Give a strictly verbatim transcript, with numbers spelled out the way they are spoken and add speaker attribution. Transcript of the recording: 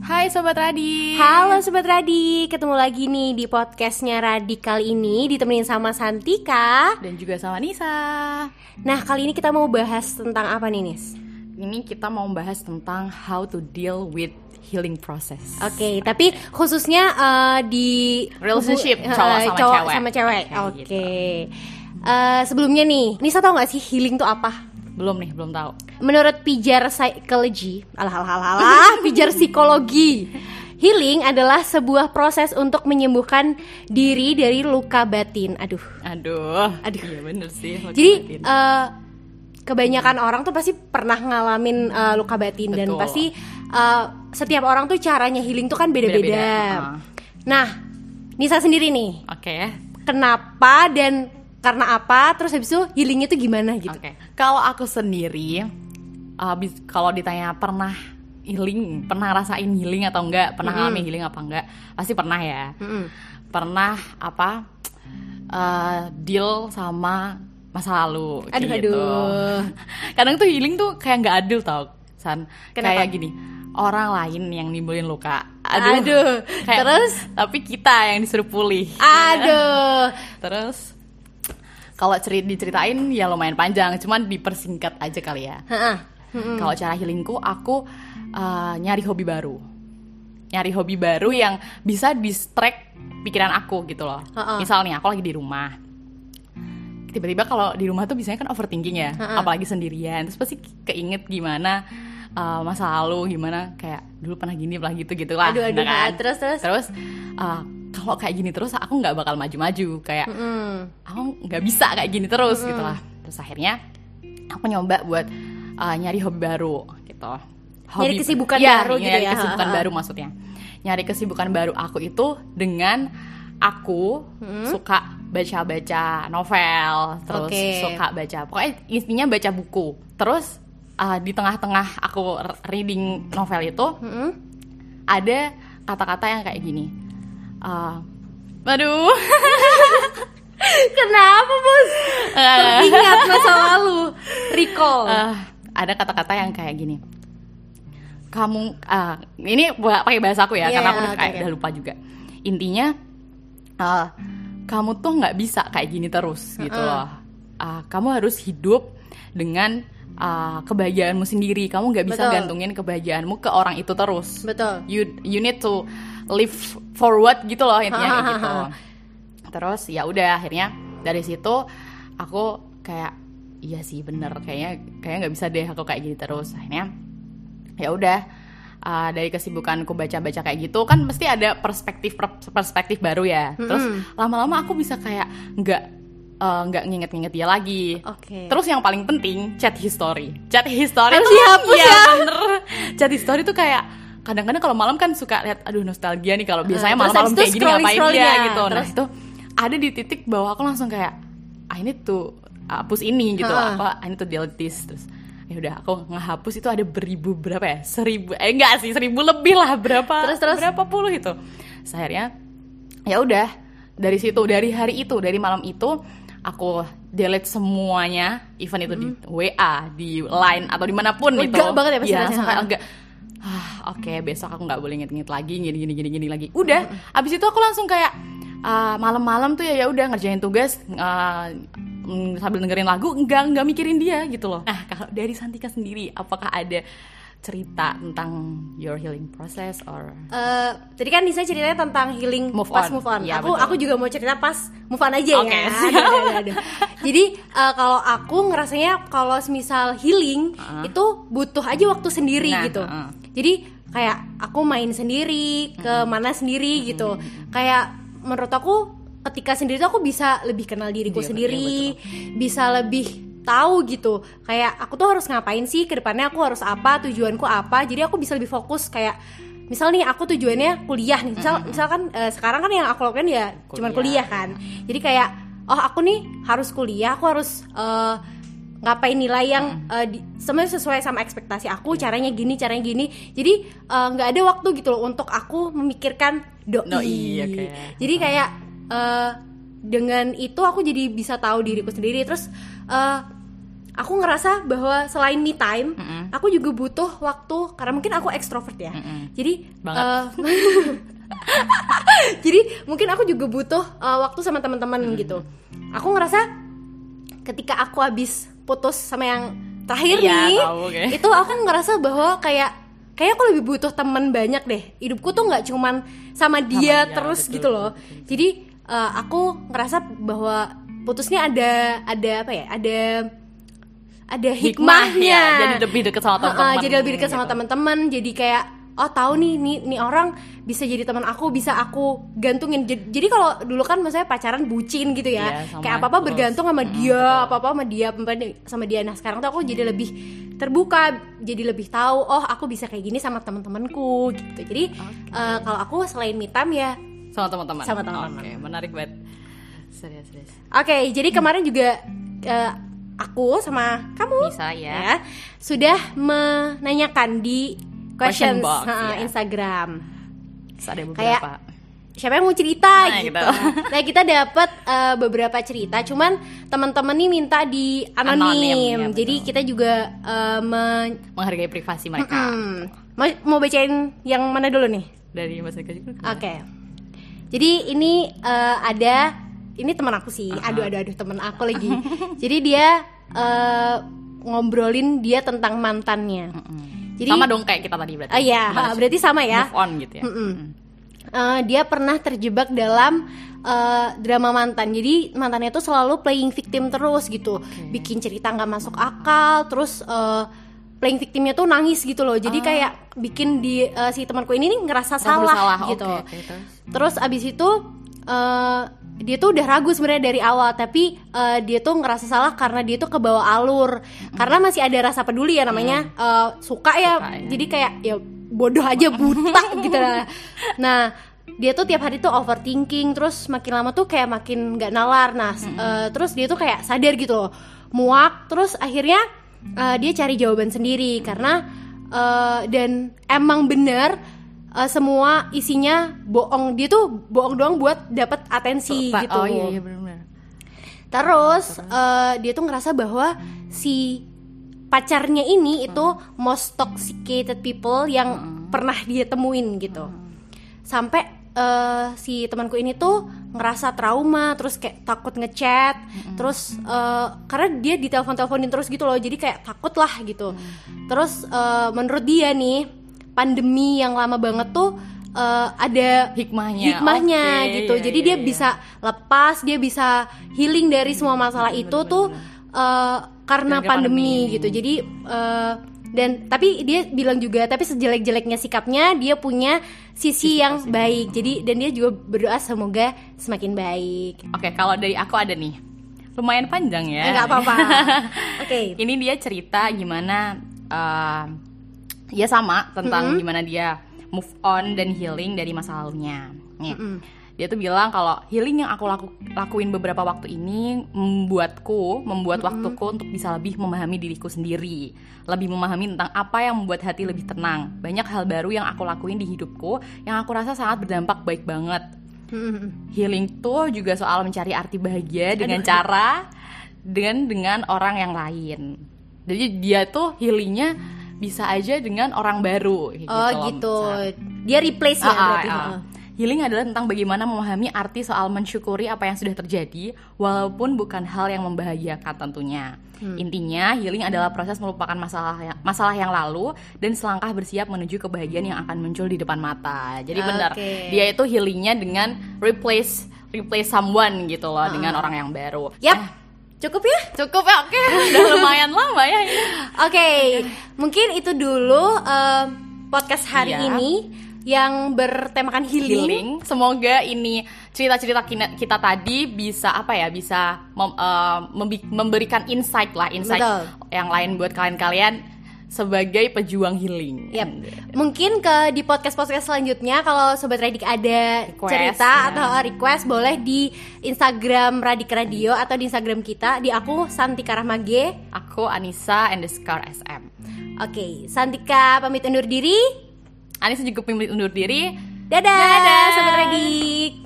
Speaker 1: Hai Sobat Radi.
Speaker 2: Halo Sobat Radi, ketemu lagi nih di podcastnya Radi kali ini ditemenin sama Santika
Speaker 1: dan juga sama Nisa.
Speaker 2: Nah kali ini kita mau bahas tentang apa nih Nis?
Speaker 1: Ini kita mau bahas tentang how to deal with healing process.
Speaker 2: Oke, okay, tapi khususnya uh, di
Speaker 1: relationship
Speaker 2: uh,
Speaker 1: cowok sama
Speaker 2: cowok
Speaker 1: cewek.
Speaker 2: Sama cewek. Oke. Okay.
Speaker 1: Gitu.
Speaker 2: Uh, sebelumnya nih, Nisa tau nggak sih healing tuh apa?
Speaker 1: Belum nih, belum tahu.
Speaker 2: Menurut pijar psychology, alah alah alah, alah pijar psikologi, healing adalah sebuah proses untuk menyembuhkan diri dari luka batin. Aduh,
Speaker 1: aduh,
Speaker 2: aduh.
Speaker 1: Iya bener sih.
Speaker 2: Jadi uh, kebanyakan orang tuh pasti pernah ngalamin uh, luka batin. Betul. Dan pasti uh, setiap orang tuh caranya healing tuh kan beda-beda. Uh. Nah, Nisa sendiri nih.
Speaker 1: Oke. Okay.
Speaker 2: Kenapa dan karena apa, terus habis itu healingnya tuh gimana gitu?
Speaker 1: Oke, okay. Kalau aku sendiri, uh, bis- kalau ditanya pernah healing, pernah rasain healing atau enggak, pernah mm-hmm. ngalamin healing apa enggak, pasti pernah ya. Mm-hmm. Pernah apa, uh, deal sama masa lalu,
Speaker 2: aduh,
Speaker 1: gitu.
Speaker 2: Aduh.
Speaker 1: Kadang tuh healing tuh kayak nggak adil tau, San.
Speaker 2: Kenapa?
Speaker 1: Kayak gini, orang lain yang nimbulin luka. Aduh,
Speaker 2: aduh.
Speaker 1: Kayak,
Speaker 2: terus?
Speaker 1: Tapi kita yang disuruh pulih.
Speaker 2: Aduh.
Speaker 1: Terus kalau cerit diceritain ya lumayan panjang, cuman dipersingkat aja kali ya.
Speaker 2: Hmm.
Speaker 1: Kalau cara healingku, aku uh, nyari hobi baru, nyari hobi baru yang bisa distract pikiran aku gitu loh. Ha-ha. Misalnya aku lagi di rumah, tiba-tiba kalau di rumah tuh biasanya kan overthinking ya, Ha-ha. apalagi sendirian, terus pasti keinget gimana uh, masa lalu, gimana kayak dulu pernah gini, pernah gitu gitu lah.
Speaker 2: Aduh, aduh,
Speaker 1: kan?
Speaker 2: terus terus.
Speaker 1: Terus uh, kalau kayak gini terus aku nggak bakal maju-maju, kayak mm. aku nggak bisa kayak gini terus mm. gitu lah. Terus akhirnya aku nyoba buat uh, nyari hobi baru gitu. Hobi,
Speaker 2: nyari kesibukan
Speaker 1: ya,
Speaker 2: baru gitu
Speaker 1: nyari
Speaker 2: ya.
Speaker 1: kesibukan baru maksudnya. Nyari kesibukan baru aku itu dengan aku mm. suka baca-baca novel, terus okay. suka baca, pokoknya intinya baca buku. Terus uh, di tengah-tengah aku reading novel itu mm. ada kata-kata yang kayak gini. Uh, aduh,
Speaker 2: kenapa bos? Teringat masa lalu, recall.
Speaker 1: Uh, ada kata-kata yang kayak gini. Kamu, uh, ini pakai bahasa aku ya, yeah, karena aku udah, okay, kayak, okay. udah lupa juga. Intinya, uh, kamu tuh nggak bisa kayak gini terus, gitu uh-uh. loh. Uh, kamu harus hidup dengan uh, kebahagiaanmu sendiri. Kamu nggak bisa Betul. gantungin kebahagiaanmu ke orang itu terus.
Speaker 2: Betul.
Speaker 1: You you need to live forward gitu loh intinya kayak gitu. Terus ya udah akhirnya dari situ aku kayak iya sih bener kayaknya kayak nggak bisa deh aku kayak gini terus. Akhirnya ya udah uh, dari kesibukanku baca-baca kayak gitu kan mesti ada perspektif perspektif baru ya. Terus mm-hmm. lama-lama aku bisa kayak nggak nggak uh, nginget-nginget dia lagi.
Speaker 2: Okay.
Speaker 1: Terus yang paling penting chat history. Chat history
Speaker 2: harus
Speaker 1: tuh
Speaker 2: dihapus ya,
Speaker 1: ya bener. Chat history tuh kayak kadang-kadang kalau malam kan suka lihat aduh nostalgia nih kalau biasanya uh, malam-malam kayak gini ngapain dia gitu. Terus, nah itu ada di titik bahwa aku langsung kayak I need to hapus ini gitu, uh. apa I need to delete this. Terus ya udah aku ngehapus itu ada beribu berapa ya seribu eh enggak sih seribu lebih lah berapa
Speaker 2: terus, terus.
Speaker 1: berapa puluh itu. Akhirnya ya udah dari situ dari hari itu dari malam itu aku delete semuanya, even itu mm-hmm. di W A, di Line atau dimanapun itu.
Speaker 2: Enggak banget ya pasti
Speaker 1: ya, sampai enggak. Ah, oke okay, besok aku nggak boleh inget-inget lagi gini gini gini gini lagi. Udah, mm-hmm. abis itu aku langsung kayak uh, malam-malam tuh ya ya udah ngerjain tugas uh, sambil dengerin lagu, nggak nggak mikirin dia gitu loh. Nah kalau dari Santika sendiri, apakah ada cerita tentang your healing process or?
Speaker 2: Uh, tadi kan Nisa ceritanya tentang healing
Speaker 1: move
Speaker 2: pas
Speaker 1: on.
Speaker 2: move on.
Speaker 1: Ya,
Speaker 2: aku
Speaker 1: betul.
Speaker 2: aku juga mau cerita pas move on aja
Speaker 1: okay,
Speaker 2: ya. Aduh, aduh, aduh. Jadi uh, kalau aku ngerasanya kalau misal healing uh-huh. itu butuh aja waktu sendiri nah, gitu. Uh-huh. Jadi kayak aku main sendiri, ke uh-huh. mana sendiri uh-huh. gitu. Kayak menurut aku ketika sendiri tuh aku bisa lebih kenal diriku dia, sendiri, ya, bisa lebih tahu gitu kayak aku tuh harus ngapain sih ke depannya, aku harus apa, tujuanku apa. Jadi aku bisa lebih fokus kayak misal nih aku tujuannya kuliah nih misal mm-hmm. misalkan uh, sekarang kan yang aku lakukan ya kuliah. Cuman kuliah kan. Jadi kayak oh aku nih harus kuliah, aku harus uh, ngapain nilai yang uh, di, semuanya sesuai sama ekspektasi aku, caranya gini caranya gini. Jadi nggak uh, ada waktu gitu loh untuk aku memikirkan doi,
Speaker 1: doi okay.
Speaker 2: Jadi kayak uh, dengan itu aku jadi bisa tahu diriku sendiri. Terus uh, aku ngerasa bahwa selain me time,
Speaker 1: Mm-mm.
Speaker 2: aku juga butuh waktu karena mungkin aku ekstrovert ya.
Speaker 1: Mm-mm.
Speaker 2: Jadi
Speaker 1: Banget.
Speaker 2: uh, jadi mungkin aku juga butuh uh, waktu sama teman-teman mm. gitu. Aku ngerasa ketika aku habis putus sama yang terakhir
Speaker 1: Iya,
Speaker 2: nih,
Speaker 1: tahu, okay.
Speaker 2: itu aku ngerasa bahwa kayak kayak aku lebih butuh teman banyak deh. Hidupku tuh nggak cuman sama dia,
Speaker 1: sama dia
Speaker 2: terus
Speaker 1: betul,
Speaker 2: gitu loh.
Speaker 1: betul, betul.
Speaker 2: Jadi uh, aku ngerasa bahwa putusnya ada ada apa ya? Ada ada hikmahnya.
Speaker 1: Ya, jadi lebih dekat sama teman-teman.
Speaker 2: Uh, jadi lebih dekat sama
Speaker 1: gitu.
Speaker 2: teman-teman. Jadi kayak oh tahu nih nih nih orang bisa jadi teman aku, bisa aku gantungin. Jadi, jadi kalau dulu kan maksudnya pacaran bucin gitu ya.
Speaker 1: Iya, sama,
Speaker 2: kayak apa-apa
Speaker 1: terus.
Speaker 2: bergantung sama
Speaker 1: Mm,
Speaker 2: dia,
Speaker 1: betul.
Speaker 2: apa-apa sama dia, sama dia. Nah, sekarang tuh aku jadi lebih terbuka, jadi lebih tahu oh aku bisa kayak gini sama teman-temanku gitu. Jadi
Speaker 1: Okay.
Speaker 2: uh, kalau aku selain me time ya
Speaker 1: Sama teman-teman.
Speaker 2: Sama teman-teman.
Speaker 1: Oke, menarik banget. Serius, serius.
Speaker 2: oke, okay, jadi kemarin juga uh, aku sama kamu
Speaker 1: Bisa ya.
Speaker 2: ya sudah menanyakan di
Speaker 1: Question
Speaker 2: questions
Speaker 1: box,
Speaker 2: uh,
Speaker 1: ya.
Speaker 2: Instagram.
Speaker 1: Terus ada beberapa.
Speaker 2: Kayak siapa yang mau cerita
Speaker 1: Nah,
Speaker 2: gitu.
Speaker 1: gitu.
Speaker 2: Nah, kita dapat uh, beberapa cerita, cuman teman-teman nih minta di anonim.
Speaker 1: Anonim, ya,
Speaker 2: Jadi
Speaker 1: betul.
Speaker 2: kita juga uh, men-
Speaker 1: Menghargai privasi mereka.
Speaker 2: hmm, mau, mau bacain yang mana dulu nih?
Speaker 1: Dari Mas Eka juga.
Speaker 2: Oke. Jadi ini uh, ada ini teman aku sih.
Speaker 1: Uh-huh.
Speaker 2: Aduh aduh aduh teman aku lagi. Jadi dia uh, ngobrolin dia tentang mantannya.
Speaker 1: Mm-mm.
Speaker 2: Jadi
Speaker 1: sama dong kayak kita tadi berarti.
Speaker 2: Oh iya,
Speaker 1: Gimana
Speaker 2: ha,
Speaker 1: sih?
Speaker 2: berarti sama ya.
Speaker 1: Move on gitu ya.
Speaker 2: Mm-mm. Uh, dia pernah terjebak dalam uh, drama mantan. Jadi mantannya tuh selalu playing victim terus gitu,
Speaker 1: Okay.
Speaker 2: bikin cerita nggak masuk akal, terus uh, playing victimnya tuh nangis gitu loh. Jadi
Speaker 1: Ah.
Speaker 2: kayak bikin di uh, si temanku ini nih ngerasa
Speaker 1: Nggak
Speaker 2: salah,
Speaker 1: bersalah.
Speaker 2: gitu.
Speaker 1: Oke, oke, terus?
Speaker 2: Terus abis itu uh, dia tuh udah ragu sebenarnya dari awal, tapi uh, dia tuh ngerasa salah karena dia tuh kebawa alur, mm. karena masih ada rasa peduli ya namanya, mm. uh, suka ya,
Speaker 1: Suka, ya.
Speaker 2: jadi kayak ya bodoh aja buta gitu lah. Nah dia tuh tiap hari tuh overthinking, terus makin lama tuh kayak makin nggak nalar. Nah mm. uh, terus dia tuh kayak sadar gitu loh, muak, terus akhirnya uh, dia cari jawaban sendiri karena uh, dan emang bener uh, semua isinya bohong. Dia tuh bohong doang buat dapat atensi
Speaker 1: Pa-
Speaker 2: gitu.
Speaker 1: Oh iya, iya benar-benar.
Speaker 2: Terus uh, dia tuh ngerasa bahwa si pacarnya ini itu most toxicated people yang
Speaker 1: Hmm.
Speaker 2: pernah dia temuin gitu. Sampai uh, si temanku ini tuh ngerasa trauma, terus kayak takut ngechat,
Speaker 1: Hmm.
Speaker 2: terus uh, karena dia ditelepon-teleponin terus gitu loh, jadi kayak takut lah gitu.
Speaker 1: Hmm.
Speaker 2: Terus uh, menurut dia nih pandemi yang lama banget tuh uh, ada
Speaker 1: Hikmahnya.
Speaker 2: hikmahnya
Speaker 1: Oke,
Speaker 2: gitu.
Speaker 1: iya,
Speaker 2: Jadi
Speaker 1: iya,
Speaker 2: dia
Speaker 1: iya.
Speaker 2: bisa lepas, dia bisa healing dari semua masalah itu
Speaker 1: Bener,
Speaker 2: tuh
Speaker 1: bener.
Speaker 2: uh, karena
Speaker 1: Gara-gara
Speaker 2: pandemi,
Speaker 1: pandemi.
Speaker 2: gitu. Jadi uh, dan tapi dia bilang juga, tapi sejelek-jeleknya sikapnya dia punya sisi,
Speaker 1: Sisi
Speaker 2: yang
Speaker 1: positif.
Speaker 2: baik. Jadi dan dia juga berdoa semoga semakin baik.
Speaker 1: Oke, kalau dari aku ada nih. Lumayan panjang ya.
Speaker 2: Enggak apa-apa. Oke.
Speaker 1: Ini dia cerita gimana uh, ya sama tentang
Speaker 2: Mm-mm.
Speaker 1: gimana dia move on dan healing dari masa lalunya. Nih.
Speaker 2: Mm-mm.
Speaker 1: Dia tuh bilang kalau healing yang aku laku, lakuin beberapa waktu ini membuatku, membuat
Speaker 2: Mm-mm.
Speaker 1: waktuku untuk bisa lebih memahami diriku sendiri, lebih memahami tentang apa yang membuat hati lebih tenang. Banyak hal baru yang aku lakuin di hidupku yang aku rasa sangat berdampak baik banget.
Speaker 2: Mm-mm.
Speaker 1: Healing tuh juga soal mencari arti bahagia dengan
Speaker 2: Aduh.
Speaker 1: cara dengan dengan orang yang lain. Jadi dia tuh healingnya bisa aja dengan orang baru. Kayak
Speaker 2: Oh
Speaker 1: loh,
Speaker 2: gitu.
Speaker 1: Sa-
Speaker 2: Dia replace ya
Speaker 1: Ah, ah,
Speaker 2: berarti.
Speaker 1: ah.
Speaker 2: Heeh.
Speaker 1: Healing adalah tentang bagaimana memahami arti soal mensyukuri apa yang sudah terjadi, walaupun bukan hal yang membahagiakan tentunya.
Speaker 2: Hmm.
Speaker 1: Intinya, healing adalah proses melupakan masalah yang, masalah yang lalu dan selangkah bersiap menuju kebahagiaan yang akan muncul di depan mata. Jadi benar,
Speaker 2: Oke.
Speaker 1: dia itu healingnya dengan replace replace someone gitu loh,
Speaker 2: Ah.
Speaker 1: dengan orang yang baru.
Speaker 2: Yap.
Speaker 1: Eh,
Speaker 2: Cukup ya?
Speaker 1: cukup ya, oke. Udah lumayan lama ya ini.
Speaker 2: Oke, mungkin itu dulu um, podcast hari
Speaker 1: Iya.
Speaker 2: ini yang bertemakan healing.
Speaker 1: Healing. Semoga ini cerita-cerita kita, kita tadi bisa apa ya, bisa mem, uh, membi- memberikan insight lah, insight
Speaker 2: Betul.
Speaker 1: yang lain buat kalian-kalian sebagai pejuang healing.
Speaker 2: Yap. Mungkin ke di podcast-podcast selanjutnya kalau Sobat Radik ada
Speaker 1: Request,
Speaker 2: cerita
Speaker 1: ya.
Speaker 2: atau request boleh di Instagram Radik Radio atau di Instagram kita. Di aku Santika Rahmage.
Speaker 1: Aku Anissa underscore S M.
Speaker 2: Oke, Santika pamit undur diri.
Speaker 1: Anissa juga pamit undur diri.
Speaker 2: Dadah,
Speaker 1: Dadah.
Speaker 2: Sobat Radik.